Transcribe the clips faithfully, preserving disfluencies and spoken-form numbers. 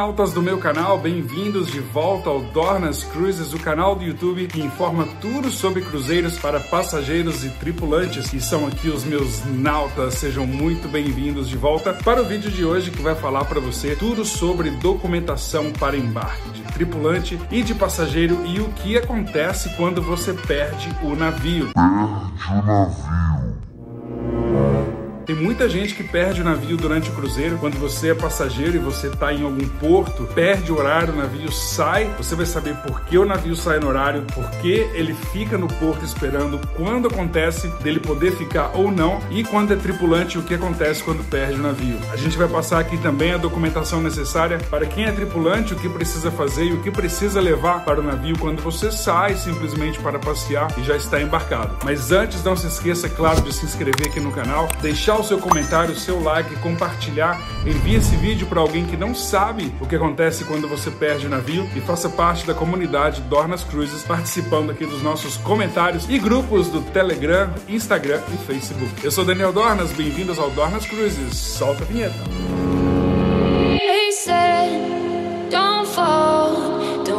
nautas do meu canal, bem-vindos de volta ao Dornas Cruises, o canal do YouTube que informa tudo sobre cruzeiros para passageiros e tripulantes, que são aqui os meus nautas. Sejam muito bem-vindos de volta para o vídeo de hoje, que vai falar para você tudo sobre documentação para embarque de tripulante e de passageiro e o que acontece quando você perde o navio. Perde o navio. Tem muita gente que perde o navio durante o cruzeiro. Quando você é passageiro e você está em algum porto, perde o horário, o navio sai, você vai saber por que o navio sai no horário, por que ele fica no porto esperando, quando acontece dele poder ficar ou não, e quando é tripulante, o que acontece quando perde o navio. A gente vai passar aqui também a documentação necessária para quem é tripulante, o que precisa fazer e o que precisa levar para o navio quando você sai simplesmente para passear e já está embarcado. Mas antes, não se esqueça, claro, de se inscrever aqui no canal, deixar o seu comentário, o seu like, compartilhar, envie esse vídeo para alguém que não sabe o que acontece quando você perde o navio e faça parte da comunidade Dornas Cruises, participando aqui dos nossos comentários e grupos do Telegram, Instagram e Facebook. Eu sou Daniel Dornas, bem-vindos ao Dornas Cruises. Solta a vinheta. They said, don't fall.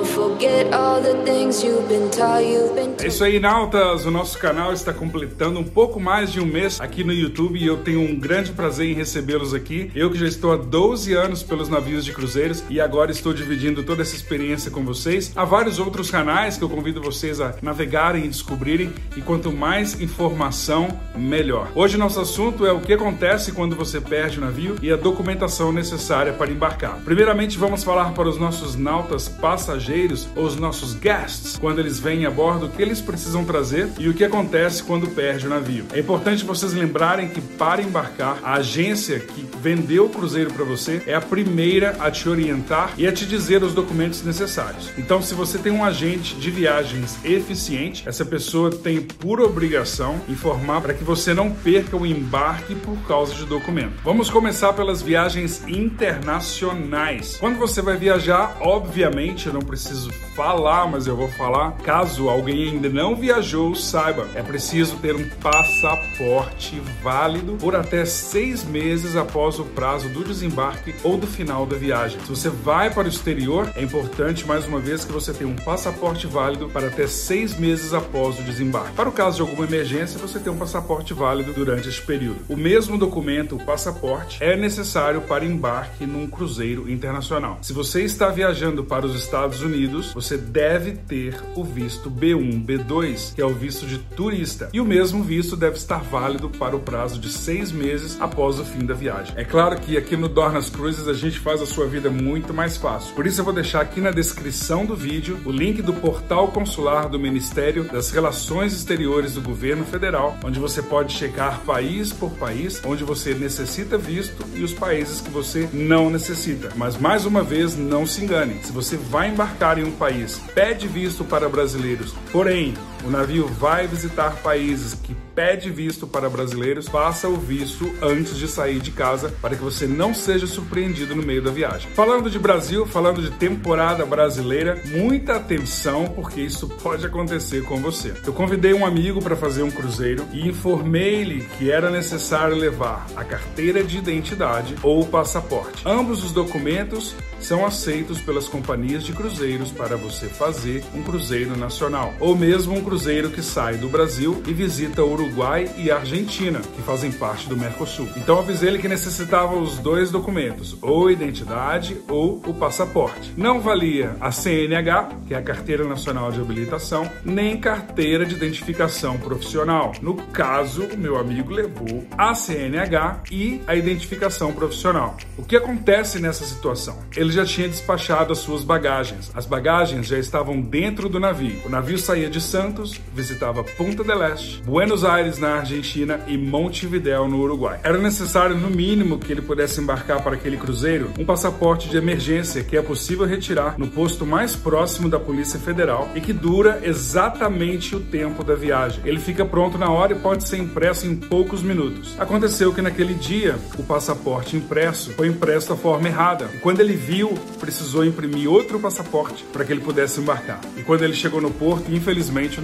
É isso aí, nautas! O nosso canal está completando um pouco mais de um mês aqui no YouTube e eu tenho um grande prazer em recebê-los aqui. Eu que já estou há doze anos pelos navios de cruzeiros e agora estou dividindo toda essa experiência com vocês. Há vários outros canais que eu convido vocês a navegarem e descobrirem, e quanto mais informação, melhor. Hoje nosso assunto é o que acontece quando você perde o navio e a documentação necessária para embarcar. Primeiramente, vamos falar para os nossos nautas passageiros ou os nossos guests, quando eles vêm a bordo, o que eles precisam trazer e o que acontece quando perde o navio. É importante vocês lembrarem que para embarcar, a agência que vendeu o cruzeiro para você é a primeira a te orientar e a te dizer os documentos necessários. Então, se você tem um agente de viagens eficiente, essa pessoa tem por obrigação informar para que você não perca o embarque por causa de documento. Vamos começar pelas viagens internacionais. Quando você vai viajar, obviamente, eu não preciso falar, mas eu vou falar. Caso alguém ainda não viajou, saiba, é preciso ter um passaporte válido por até seis meses após o prazo do desembarque ou do final da viagem. Se você vai para o exterior, é importante, mais uma vez, que você tenha um passaporte válido para até seis meses após o desembarque. Para o caso de alguma emergência, você tem um passaporte válido durante este período. O mesmo documento, o passaporte, é necessário para embarque num cruzeiro internacional. Se você está viajando para os Estados Unidos, você deve ter o visto B um, B dois, que é o visto de turista. E o mesmo visto deve estar válido para o prazo de seis meses após o fim da viagem. É claro que aqui no Dornas Cruises a gente faz a sua vida muito mais fácil. Por isso eu vou deixar aqui na descrição do vídeo o link do portal consular do Ministério das Relações Exteriores do Governo Federal, onde você pode checar país por país, onde você necessita visto e os países que você não necessita. Mas mais uma vez, não se engane. Se você vai embarcar em um país, pede visto para brasileiros, porém o navio vai visitar países que pede visto para brasileiros, faça o visto antes de sair de casa para que você não seja surpreendido no meio da viagem. Falando de Brasil, falando de temporada brasileira, muita atenção, porque isso pode acontecer com você. Eu convidei um amigo para fazer um cruzeiro e informei-lhe que era necessário levar a carteira de identidade ou o passaporte. Ambos os documentos são aceitos pelas companhias de cruzeiros para você fazer um cruzeiro nacional, ou mesmo um cruzeiro que sai do Brasil e visita o Uruguai e a Argentina, que fazem parte do Mercosul. Então avisei ele que necessitava os dois documentos, ou a identidade ou o passaporte. Não valia a C N H, que é a Carteira Nacional de Habilitação, nem carteira de identificação profissional. No caso, o meu amigo levou a C N H e a identificação profissional. O que acontece nessa situação? Ele já tinha despachado as suas bagagens. As bagagens já estavam dentro do navio. O navio saía de Santos, visitava Punta del Este, Buenos Aires na Argentina e Montevidéu no Uruguai. Era necessário, no mínimo, que ele pudesse embarcar para aquele cruzeiro um passaporte de emergência que é possível retirar no posto mais próximo da Polícia Federal e que dura exatamente o tempo da viagem. Ele fica pronto na hora e pode ser impresso em poucos minutos. Aconteceu que naquele dia o passaporte impresso foi impresso da forma errada e quando ele viu, precisou imprimir outro passaporte para que ele pudesse embarcar. E quando ele chegou no porto, infelizmente o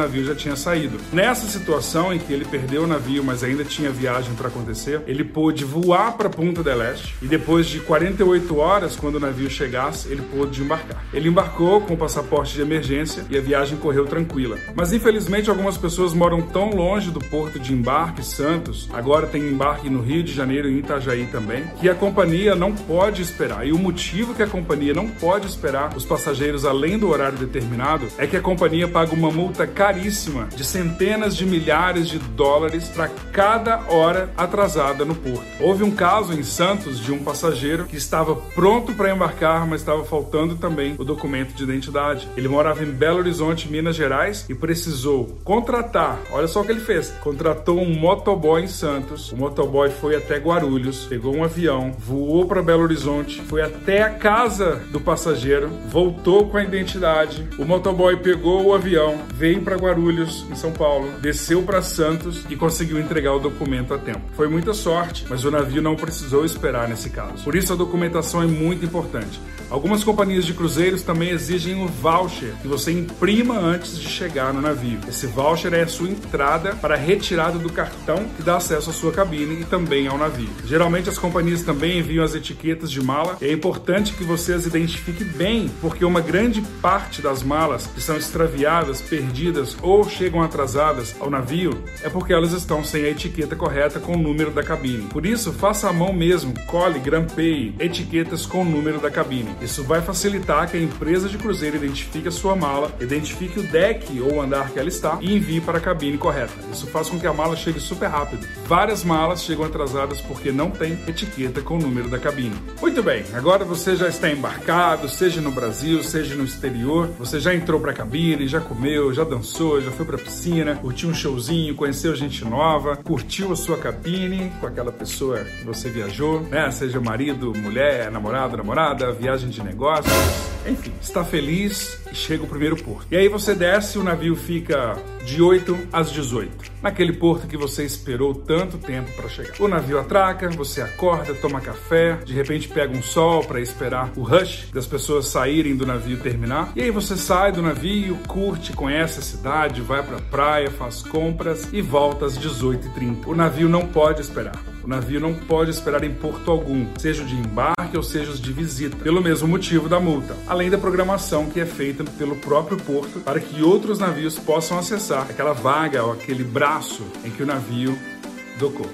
navio já tinha saído. Nessa situação em que ele perdeu o navio, mas ainda tinha viagem para acontecer, ele pôde voar para Punta del Este e depois de quarenta e oito horas, quando o navio chegasse, ele pôde embarcar. Ele embarcou com o passaporte de emergência e a viagem correu tranquila. Mas infelizmente algumas pessoas moram tão longe do porto de embarque Santos, agora tem embarque no Rio de Janeiro e em Itajaí também, que a companhia não pode esperar. E o motivo que a companhia não pode esperar os passageiros além do horário determinado é que a companhia paga uma multa caríssima de centenas de milhares de dólares para cada hora atrasada no porto. Houve um caso em Santos de um passageiro que estava pronto para embarcar, mas estava faltando também o documento de identidade. Ele morava em Belo Horizonte, Minas Gerais, e precisou contratar, olha só o que ele fez, contratou um motoboy em Santos. O motoboy foi até Guarulhos, pegou um avião, voou para Belo Horizonte, foi até a casa do passageiro, voltou com a identidade. O motoboy pegou o avião, veio para Guarulhos, em São Paulo, desceu para Santos e conseguiu entregar o documento a tempo. Foi muita sorte, mas o navio não precisou esperar nesse caso. Por isso a documentação é muito importante. Algumas companhias de cruzeiros também exigem um voucher que você imprima antes de chegar no navio. Esse voucher é a sua entrada para a retirada do cartão que dá acesso à sua cabine e também ao navio. Geralmente as companhias também enviam as etiquetas de mala e é importante que você as identifique bem, porque uma grande parte das malas que são extraviadas, perdidas ou chegam atrasadas ao navio é porque elas estão sem a etiqueta correta com o número da cabine. Por isso, faça à mão mesmo, cole, grampeie etiquetas com o número da cabine. Isso vai facilitar que a empresa de cruzeiro identifique a sua mala, identifique o deck ou o andar que ela está e envie para a cabine correta. Isso faz com que a mala chegue super rápido. Várias malas chegam atrasadas porque não tem etiqueta com o número da cabine. Muito bem, agora você já está embarcado, seja no Brasil, seja no exterior, você já entrou para a cabine, já comeu, já dançou, já foi para a piscina, curtiu um showzinho, conheceu gente nova, curtiu a sua cabine com aquela pessoa que você viajou, né? Seja marido, mulher, namorado, namorada, viagem de negócios, enfim, está feliz e chega o primeiro porto. E aí você desce, o navio fica de oito às dezoito, naquele porto que você esperou tanto tempo para chegar. O navio atraca, você acorda, toma café, de repente pega um sol para esperar o rush das pessoas saírem do navio terminar, e aí você sai do navio, curte, conhece a cidade, vai para a praia, faz compras e volta às dezoito e trinta. O navio não pode esperar. O navio não pode esperar em porto algum, seja o de embarque ou seja os de visita, pelo mesmo motivo da multa, além da programação que é feita pelo próprio porto para que outros navios possam acessar aquela vaga ou aquele braço em que o navio docou.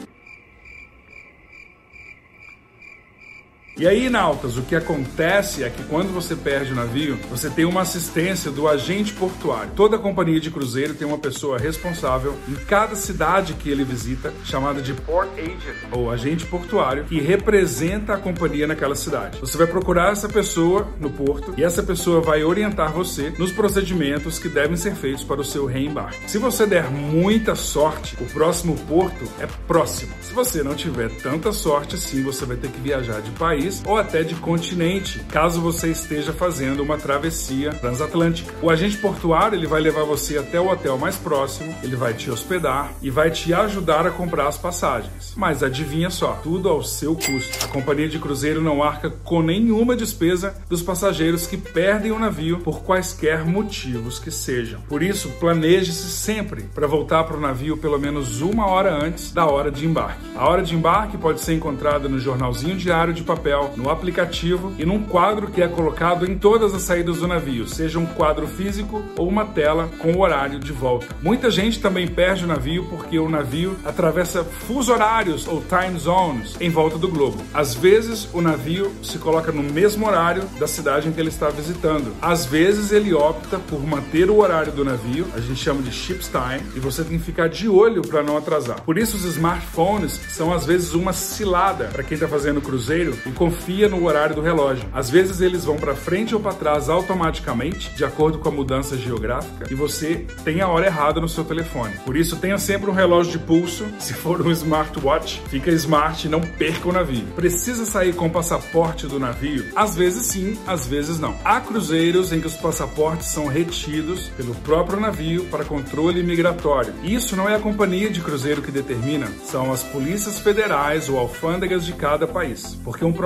E aí, nautas, o que acontece é que quando você perde o navio, você tem uma assistência do agente portuário. Toda companhia de cruzeiro tem uma pessoa responsável em cada cidade que ele visita, chamada de Port Agent, ou agente portuário, que representa a companhia naquela cidade. Você vai procurar essa pessoa no porto e essa pessoa vai orientar você nos procedimentos que devem ser feitos para o seu reembarque. Se você der muita sorte, o próximo porto é próximo. Se você não tiver tanta sorte, sim, você vai ter que viajar de país ou até de continente, caso você esteja fazendo uma travessia transatlântica. O agente portuário ele vai levar você até o hotel mais próximo, ele vai te hospedar e vai te ajudar a comprar as passagens. Mas adivinha só, tudo ao seu custo. A companhia de cruzeiro não arca com nenhuma despesa dos passageiros que perdem o navio por quaisquer motivos que sejam. Por isso, planeje-se sempre para voltar para o navio pelo menos uma hora antes da hora de embarque. A hora de embarque pode ser encontrada no jornalzinho diário de papel, no aplicativo e num quadro que é colocado em todas as saídas do navio, seja um quadro físico ou uma tela com o horário de volta. Muita gente também perde o navio porque o navio atravessa fuso horários ou time zones em volta do globo. Às vezes o navio se coloca no mesmo horário da cidade em que ele está visitando. Às vezes ele opta por manter o horário do navio, a gente chama de ship's time, e você tem que ficar de olho para não atrasar. Por isso os smartphones são às vezes uma cilada para quem está fazendo cruzeiro e confia no horário do relógio. Às vezes eles vão para frente ou para trás automaticamente, de acordo com a mudança geográfica, e você tem a hora errada no seu telefone. Por isso tenha sempre um relógio de pulso. Se for um smartwatch, fica smart e não perca o navio. Precisa sair com o passaporte do navio? Às vezes sim, às vezes não. Há cruzeiros em que os passaportes são retidos pelo próprio navio para controle migratório. Isso não é a companhia de cruzeiro que determina, são as polícias federais ou alfândegas de cada país, porque um processo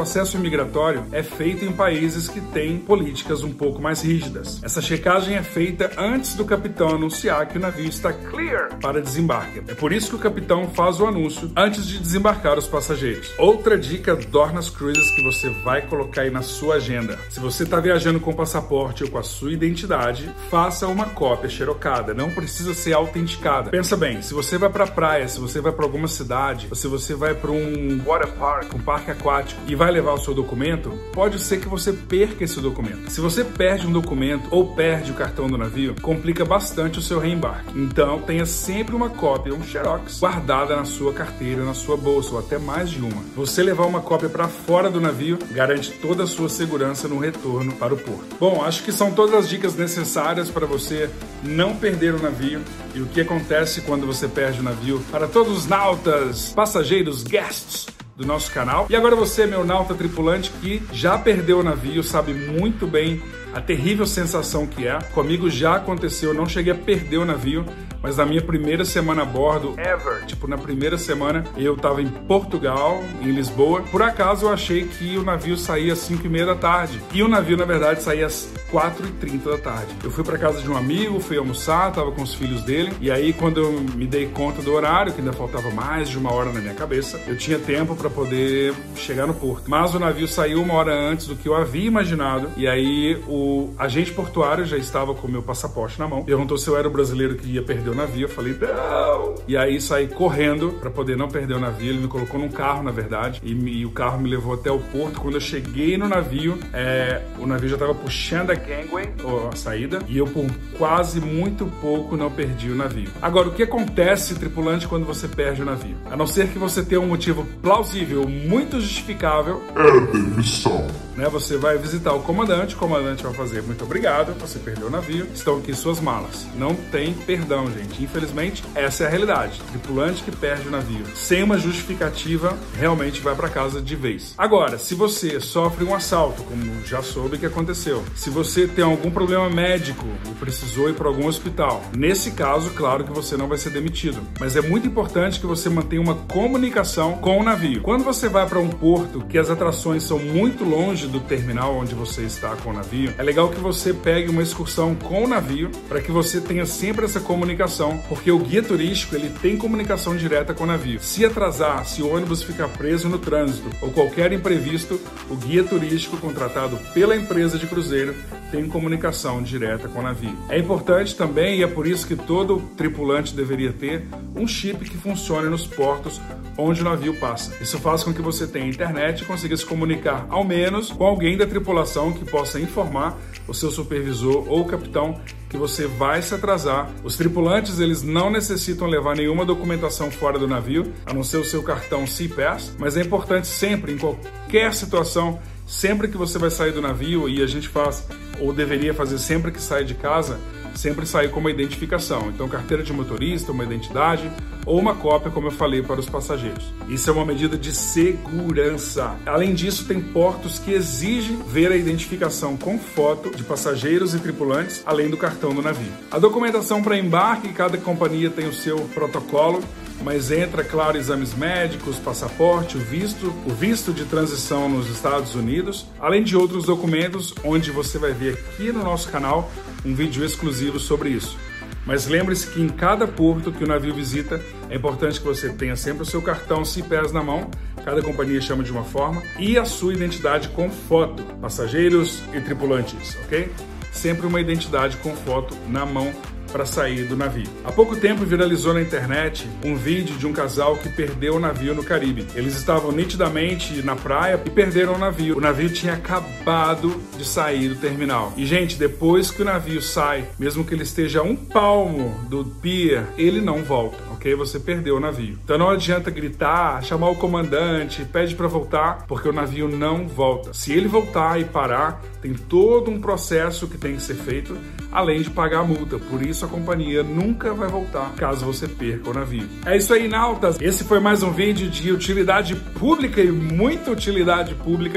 processo imigratório é feito em países que têm políticas um pouco mais rígidas. Essa checagem é feita antes do capitão anunciar que o navio está clear para desembarque. É por isso que o capitão faz o anúncio antes de desembarcar os passageiros. Outra dica Dornas Cruises que você vai colocar aí na sua agenda. Se você está viajando com passaporte ou com a sua identidade, faça uma cópia xerocada, não precisa ser autenticada. Pensa bem, se você vai para a praia, se você vai para alguma cidade, ou se você vai para um water park, um parque aquático e vai levar o seu documento, pode ser que você perca esse documento. Se você perde um documento ou perde o cartão do navio, complica bastante o seu reembarque. Então, tenha sempre uma cópia, um xerox, guardada na sua carteira, na sua bolsa, ou até mais de uma. Você levar uma cópia para fora do navio garante toda a sua segurança no retorno para o porto. Bom, acho que são todas as dicas necessárias para você não perder o navio e o que acontece quando você perde o navio para todos os nautas, passageiros, guests do nosso canal. E agora você, meu nauta tripulante que já perdeu o navio, sabe muito bem a terrível sensação que é. Comigo já aconteceu, eu não cheguei a perder o navio, mas na minha primeira semana a bordo, ever, tipo na primeira semana, eu tava em Portugal, em Lisboa. Por acaso eu achei que o navio saía às cinco e meia da tarde. E o navio, na verdade, saía às quatro e trinta da tarde. Eu fui para casa de um amigo, fui almoçar, tava com os filhos dele. E aí, quando eu me dei conta do horário, que ainda faltava mais de uma hora na minha cabeça, eu tinha tempo para poder chegar no porto. Mas o navio saiu uma hora antes do que eu havia imaginado. E aí, o agente portuário já estava com o meu passaporte na mão. Perguntou se eu era o brasileiro que ia perder o navio. Eu falei, não! E aí saí correndo para poder não perder o navio. Ele me colocou num carro, na verdade, e, me, e o carro me levou até o porto. Quando eu cheguei no navio, é, o navio já estava puxando a gangway, ou a saída, e eu por quase muito pouco não perdi o navio. Agora, o que acontece, tripulante, quando você perde o navio? A não ser que você tenha um motivo plausível, muito justificável, é demissão. Né, você vai visitar o comandante, o comandante vai fazer muito obrigado, você perdeu o navio, estão aqui suas malas. Não tem perdão, gente. Infelizmente, essa é a realidade. Tripulante que perde o navio sem uma justificativa, realmente vai para casa de vez. Agora, se você sofre um assalto, como já soube que aconteceu, se você tem algum problema médico e precisou ir para algum hospital, nesse caso, claro que você não vai ser demitido. Mas é muito importante que você mantenha uma comunicação com o navio. Quando você vai para um porto que as atrações são muito longe do terminal onde você está com o navio, é legal que você pegue uma excursão com o navio para que você tenha sempre essa comunicação, porque o guia turístico ele tem comunicação direta com o navio. Se atrasar, se o ônibus ficar preso no trânsito ou qualquer imprevisto, o guia turístico contratado pela empresa de cruzeiro tem comunicação direta com o navio. É importante também, e é por isso que todo tripulante deveria ter, um chip que funcione nos portos onde o navio passa. Isso faz com que você tenha internet e consiga se comunicar, ao menos, com alguém da tripulação que possa informar o seu supervisor ou capitão que você vai se atrasar. Os tripulantes, eles não necessitam levar nenhuma documentação fora do navio, a não ser o seu cartão SeaPass, mas é importante sempre, em qualquer situação, sempre que você vai sair do navio, e a gente faz, ou deveria fazer sempre que sai de casa, sempre sair com uma identificação. Então, carteira de motorista, uma identidade ou uma cópia, como eu falei, para os passageiros. Isso é uma medida de segurança. Além disso, tem portos que exigem ver a identificação com foto de passageiros e tripulantes, além do cartão do navio. A documentação para embarque, cada companhia tem o seu protocolo, mas entra, claro, exames médicos, passaporte, o visto, o visto de transição nos Estados Unidos, além de outros documentos, onde você vai ver aqui no nosso canal um vídeo exclusivo sobre isso. Mas lembre-se que em cada porto que o navio visita, é importante que você tenha sempre o seu cartão SeaPass na mão, cada companhia chama de uma forma, e a sua identidade com foto, passageiros e tripulantes, ok? Sempre uma identidade com foto na mão para sair do navio. Há pouco tempo viralizou na internet um vídeo de um casal que perdeu o navio no Caribe. Eles estavam nitidamente na praia e perderam o navio. O navio tinha acabado de sair do terminal. E, gente, depois que o navio sai, mesmo que ele esteja a um palmo do pier, ele não volta, ok? Você perdeu o navio. Então não adianta gritar, chamar o comandante, pede para voltar, porque o navio não volta. Se ele voltar e parar, tem todo um processo que tem que ser feito, além de pagar a multa. Por isso a companhia nunca vai voltar caso você perca o navio. É isso aí, nautas! Esse foi mais um vídeo de utilidade pública e muita utilidade pública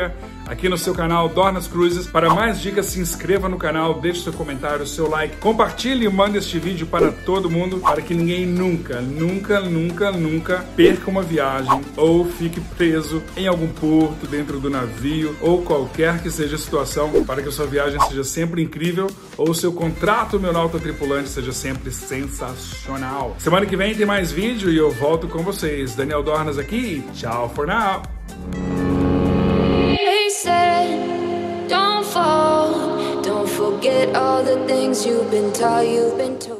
aqui no seu canal Dornas Cruises. Para mais dicas, se inscreva no canal, deixe seu comentário, seu like, compartilhe e mande este vídeo para todo mundo, para que ninguém nunca, nunca, nunca, nunca perca uma viagem ou fique preso em algum porto dentro do navio ou qualquer que seja a situação, para que a sua viagem seja sempre incrível ou o seu contrato, meu nauta tripulante, seja sempre sensacional. Semana que vem tem mais vídeo e eu volto com vocês. Daniel Dornas aqui, tchau for now! They said, don't fall, don't forget all the things you've been taught, you've been told.